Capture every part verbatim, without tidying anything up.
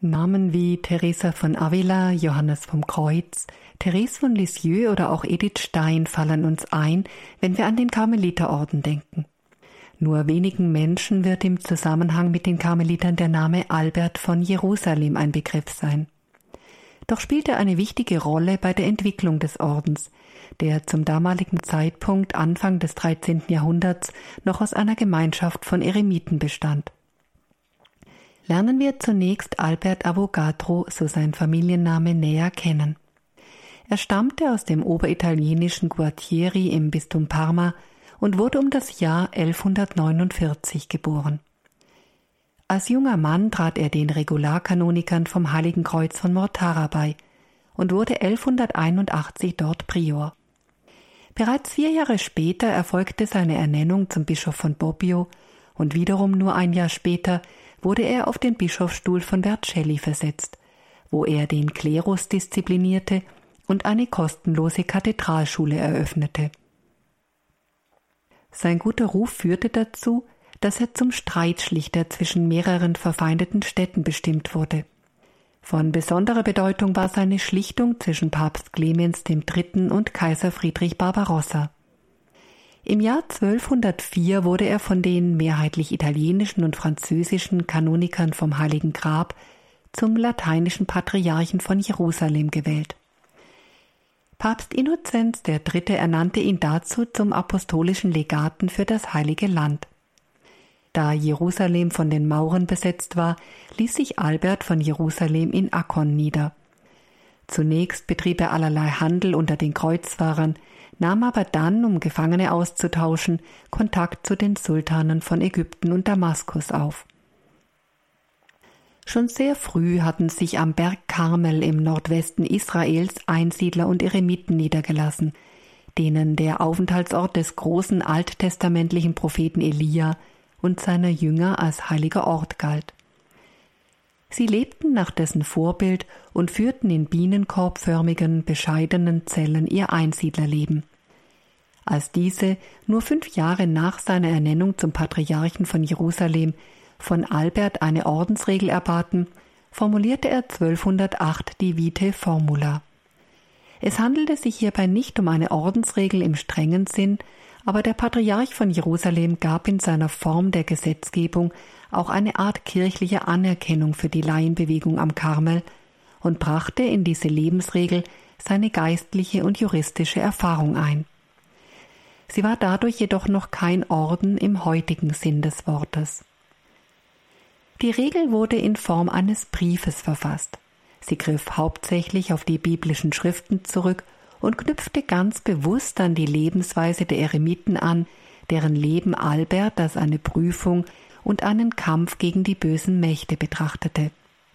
Namen wie Teresa von Avila, Johannes vom Kreuz, Therese von Lisieux oder auch Edith Stein fallen uns ein, wenn wir an den Karmeliterorden denken. Nur wenigen Menschen wird im Zusammenhang mit den Karmelitern der Name Albert von Jerusalem ein Begriff sein. Doch spielt er eine wichtige Rolle bei der Entwicklung des Ordens, der zum damaligen Zeitpunkt Anfang des dreizehnten Jahrhunderts noch aus einer Gemeinschaft von Eremiten bestand. Lernen wir zunächst Albert Avogadro, so sein Familienname, näher kennen. Er stammte aus dem oberitalienischen Gualtieri im Bistum Parma und wurde um das Jahr elfhundertneunundvierzig geboren. Als junger Mann trat er den Regularkanonikern vom Heiligen Kreuz von Mortara bei und wurde elfhunderteinundachtzig dort Prior. Bereits vier Jahre später erfolgte seine Ernennung zum Bischof von Bobbio und wiederum nur ein Jahr später wurde er auf den Bischofsstuhl von Vercelli versetzt, wo er den Klerus disziplinierte und eine kostenlose Kathedralschule eröffnete. Sein guter Ruf führte dazu, dass er zum Streitschlichter zwischen mehreren verfeindeten Städten bestimmt wurde. Von besonderer Bedeutung war seine Schlichtung zwischen Papst Clemens der Dritte und Kaiser Friedrich Barbarossa. Im Jahr zwölfhundertvier wurde er von den mehrheitlich italienischen und französischen Kanonikern vom Heiligen Grab zum lateinischen Patriarchen von Jerusalem gewählt. Papst Innozenz der Dritte ernannte ihn dazu zum apostolischen Legaten für das Heilige Land. Da Jerusalem von den Mauren besetzt war, ließ sich Albert von Jerusalem in Akkon nieder. Zunächst betrieb er allerlei Handel unter den Kreuzfahrern, nahm aber dann, um Gefangene auszutauschen, Kontakt zu den Sultanen von Ägypten und Damaskus auf. Schon sehr früh hatten sich am Berg Karmel im Nordwesten Israels Einsiedler und Eremiten niedergelassen, denen der Aufenthaltsort des großen alttestamentlichen Propheten Elia und seiner Jünger als heiliger Ort galt. Sie lebten nach dessen Vorbild und führten in bienenkorbförmigen, bescheidenen Zellen ihr Einsiedlerleben. Als diese nur fünf Jahre nach seiner Ernennung zum Patriarchen von Jerusalem von Albert eine Ordensregel erbaten, formulierte er zwölfhundertacht die Vitae Formula. Es handelte sich hierbei nicht um eine Ordensregel im strengen Sinn, aber der Patriarch von Jerusalem gab in seiner Form der Gesetzgebung auch eine Art kirchliche Anerkennung für die Laienbewegung am Karmel und brachte in diese Lebensregel seine geistliche und juristische Erfahrung ein. Sie war dadurch jedoch noch kein Orden im heutigen Sinn des Wortes. Die Regel wurde in Form eines Briefes verfasst. Sie griff hauptsächlich auf die biblischen Schriften zurück und knüpfte ganz bewusst an die Lebensweise der Eremiten an, deren Leben Albert als eine Prüfung und einen Kampf gegen die bösen Mächte betrachtete.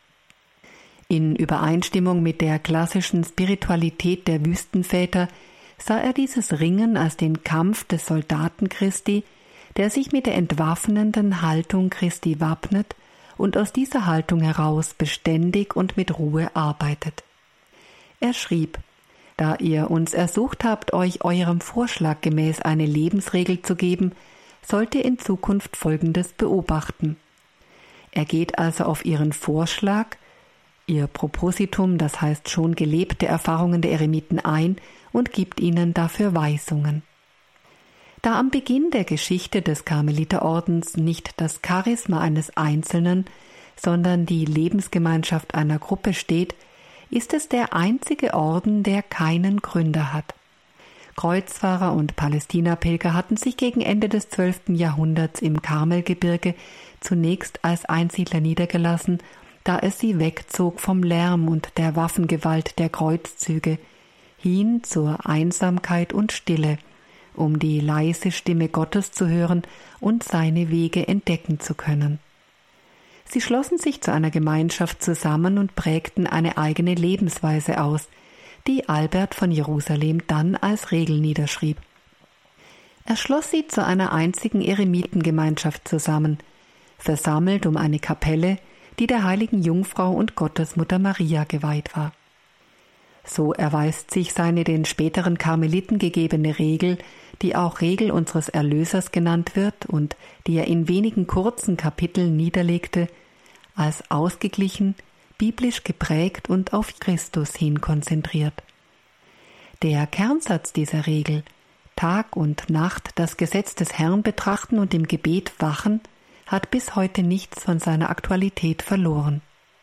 In Übereinstimmung mit der klassischen Spiritualität der Wüstenväter sah er dieses Ringen als den Kampf des Soldaten Christi, der sich mit der entwaffnenden Haltung Christi wappnet und aus dieser Haltung heraus beständig und mit Ruhe arbeitet. Er schrieb: Da ihr uns ersucht habt, euch eurem Vorschlag gemäß eine Lebensregel zu geben, sollt ihr in Zukunft Folgendes beobachten. Er geht also auf ihren Vorschlag, ihr Propositum, das heißt schon gelebte Erfahrungen der Eremiten ein und gibt ihnen dafür Weisungen. Da am Beginn der Geschichte des Karmeliterordens nicht das Charisma eines Einzelnen, sondern die Lebensgemeinschaft einer Gruppe steht, ist es der einzige Orden, der keinen Gründer hat. Kreuzfahrer und Palästinapilger hatten sich gegen Ende des zwölften Jahrhunderts im Karmelgebirge zunächst als Einsiedler niedergelassen, da es sie wegzog vom Lärm und der Waffengewalt der Kreuzzüge, hin zur Einsamkeit und Stille, um die leise Stimme Gottes zu hören und seine Wege entdecken zu können. Sie schlossen sich zu einer Gemeinschaft zusammen und prägten eine eigene Lebensweise aus, die Albert von Jerusalem dann als Regel niederschrieb. Er schloss sie zu einer einzigen Eremitengemeinschaft zusammen, versammelt um eine Kapelle, die der heiligen Jungfrau und Gottesmutter Maria geweiht war. So erweist sich seine den späteren Karmeliten gegebene Regel, die auch Regel unseres Erlösers genannt wird und die er in wenigen kurzen Kapiteln niederlegte, als ausgeglichen, biblisch geprägt und auf Christus hin konzentriert. Der Kernsatz dieser Regel, Tag und Nacht das Gesetz des Herrn betrachten und im Gebet wachen, hat bis heute nichts von seiner Aktualität verloren.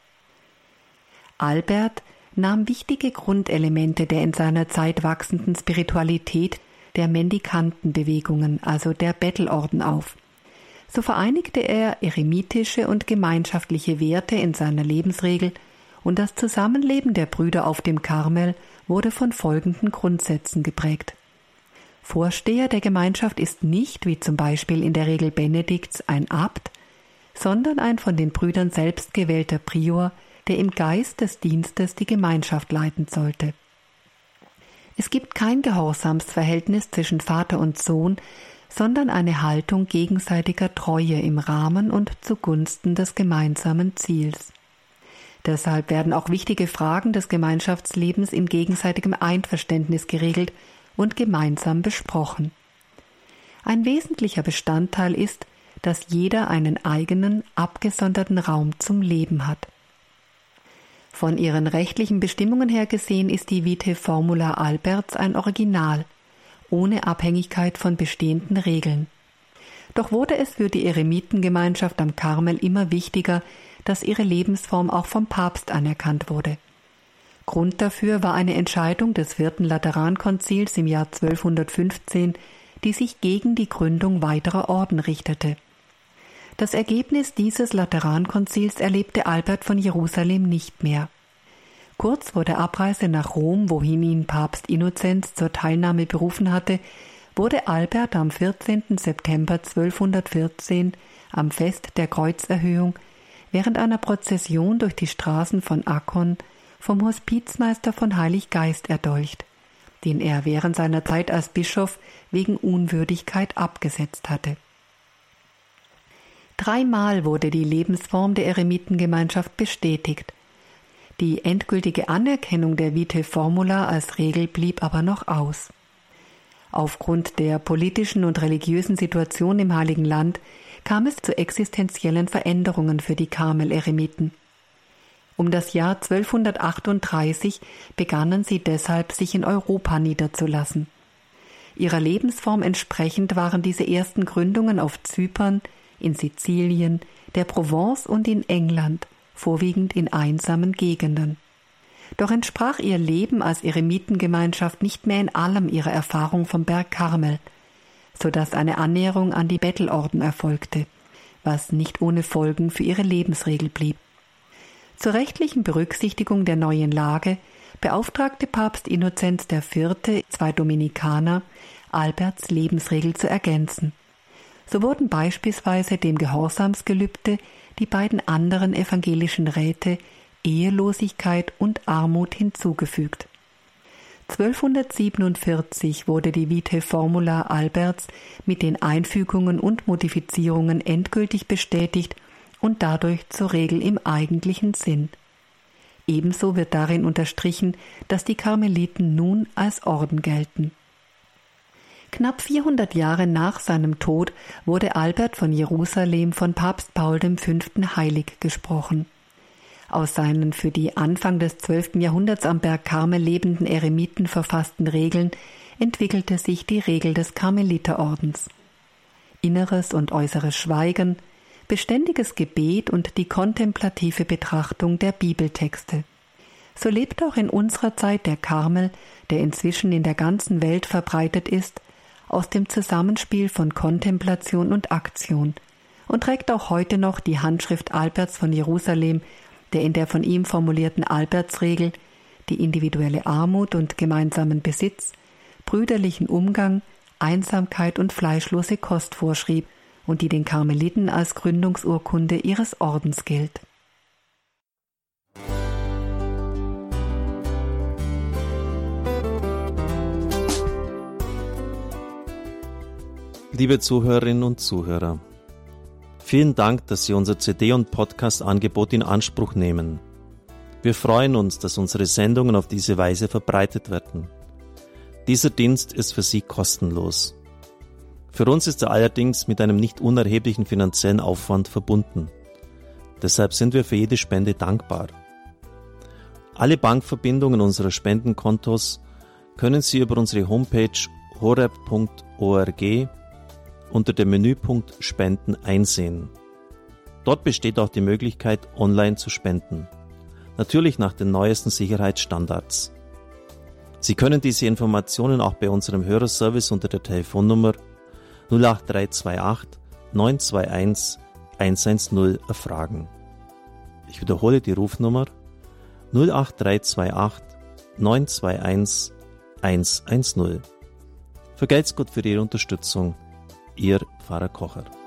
Albert nahm wichtige Grundelemente der in seiner Zeit wachsenden Spiritualität der Mendikantenbewegungen, also der Bettelorden, auf. So vereinigte er eremitische und gemeinschaftliche Werte in seiner Lebensregel, und das Zusammenleben der Brüder auf dem Karmel wurde von folgenden Grundsätzen geprägt. Vorsteher der Gemeinschaft ist nicht, wie zum Beispiel in der Regel Benedikts, ein Abt, sondern ein von den Brüdern selbst gewählter Prior, der im Geist des Dienstes die Gemeinschaft leiten sollte. Es gibt kein Gehorsamsverhältnis zwischen Vater und Sohn, sondern eine Haltung gegenseitiger Treue im Rahmen und zugunsten des gemeinsamen Ziels. Deshalb werden auch wichtige Fragen des Gemeinschaftslebens in gegenseitigem Einverständnis geregelt und gemeinsam besprochen. Ein wesentlicher Bestandteil ist, dass jeder einen eigenen, abgesonderten Raum zum Leben hat. Von ihren rechtlichen Bestimmungen her gesehen ist die Vitae Formula Alberts ein Original, ohne Abhängigkeit von bestehenden Regeln. Doch wurde es für die Eremitengemeinschaft am Karmel immer wichtiger, dass ihre Lebensform auch vom Papst anerkannt wurde. Grund dafür war eine Entscheidung des Vierten Laterankonzils im Jahr zwölfhundertfünfzehn, die sich gegen die Gründung weiterer Orden richtete. Das Ergebnis dieses Laterankonzils erlebte Albert von Jerusalem nicht mehr. Kurz vor der Abreise nach Rom, wohin ihn Papst Innozenz zur Teilnahme berufen hatte, wurde Albert am vierzehnten September zwölfhundertvierzehn am Fest der Kreuzerhöhung während einer Prozession durch die Straßen von Akkon vom Hospizmeister von Heiliggeist erdolcht, den er während seiner Zeit als Bischof wegen Unwürdigkeit abgesetzt hatte. Dreimal wurde die Lebensform der Eremitengemeinschaft bestätigt. Die endgültige Anerkennung der Vitae Formula als Regel blieb aber noch aus. Aufgrund der politischen und religiösen Situation im Heiligen Land kam es zu existenziellen Veränderungen für die Karmel-Eremiten. Um das Jahr zwölfhundertachtunddreißig begannen sie deshalb, sich in Europa niederzulassen. Ihrer Lebensform entsprechend waren diese ersten Gründungen auf Zypern, in Sizilien, der Provence und in England, vorwiegend in einsamen Gegenden. Doch entsprach ihr Leben als Eremitengemeinschaft nicht mehr in allem ihrer Erfahrung vom Berg Karmel, so dass eine Annäherung an die Bettelorden erfolgte, was nicht ohne Folgen für ihre Lebensregel blieb. Zur rechtlichen Berücksichtigung der neuen Lage beauftragte Papst Innozenz der Vierte zwei Dominikaner, Alberts Lebensregel zu ergänzen. So wurden beispielsweise dem Gehorsamsgelübde die beiden anderen evangelischen Räte Ehelosigkeit und Armut hinzugefügt. zwölfhundertsiebenundvierzig wurde die Vitae Formula Alberts mit den Einfügungen und Modifizierungen endgültig bestätigt und dadurch zur Regel im eigentlichen Sinn. Ebenso wird darin unterstrichen, dass die Karmeliten nun als Orden gelten. Knapp vierhundert Jahre nach seinem Tod wurde Albert von Jerusalem von Papst Paul dem Fünften heilig gesprochen. Aus seinen für die Anfang des zwölften Jahrhunderts am Berg Karmel lebenden Eremiten verfassten Regeln entwickelte sich die Regel des Karmeliterordens. Inneres und äußeres Schweigen, beständiges Gebet und die kontemplative Betrachtung der Bibeltexte. So lebt auch in unserer Zeit der Karmel, der inzwischen in der ganzen Welt verbreitet ist, aus dem Zusammenspiel von Kontemplation und Aktion und trägt auch heute noch die Handschrift Alberts von Jerusalem, der in der von ihm formulierten Albertsregel die individuelle Armut und gemeinsamen Besitz, brüderlichen Umgang, Einsamkeit und fleischlose Kost vorschrieb und die den Karmeliten als Gründungsurkunde ihres Ordens gilt. Liebe Zuhörerinnen und Zuhörer, vielen Dank, dass Sie unser C D- und Podcast-Angebot in Anspruch nehmen. Wir freuen uns, dass unsere Sendungen auf diese Weise verbreitet werden. Dieser Dienst ist für Sie kostenlos. Für uns ist er allerdings mit einem nicht unerheblichen finanziellen Aufwand verbunden. Deshalb sind wir für jede Spende dankbar. Alle Bankverbindungen unserer Spendenkontos können Sie über unsere Homepage horeb punkt org unter dem Menüpunkt Spenden einsehen. Dort besteht auch die Möglichkeit, online zu spenden. Natürlich nach den neuesten Sicherheitsstandards. Sie können diese Informationen auch bei unserem Hörerservice unter der Telefonnummer null acht drei zwei acht neun zwei eins eins eins null erfragen. Ich wiederhole die Rufnummer null acht drei zwei acht neun zwei eins eins eins null. Vergelt's Gott für Ihre Unterstützung. Ihr Pfarrer Kocher.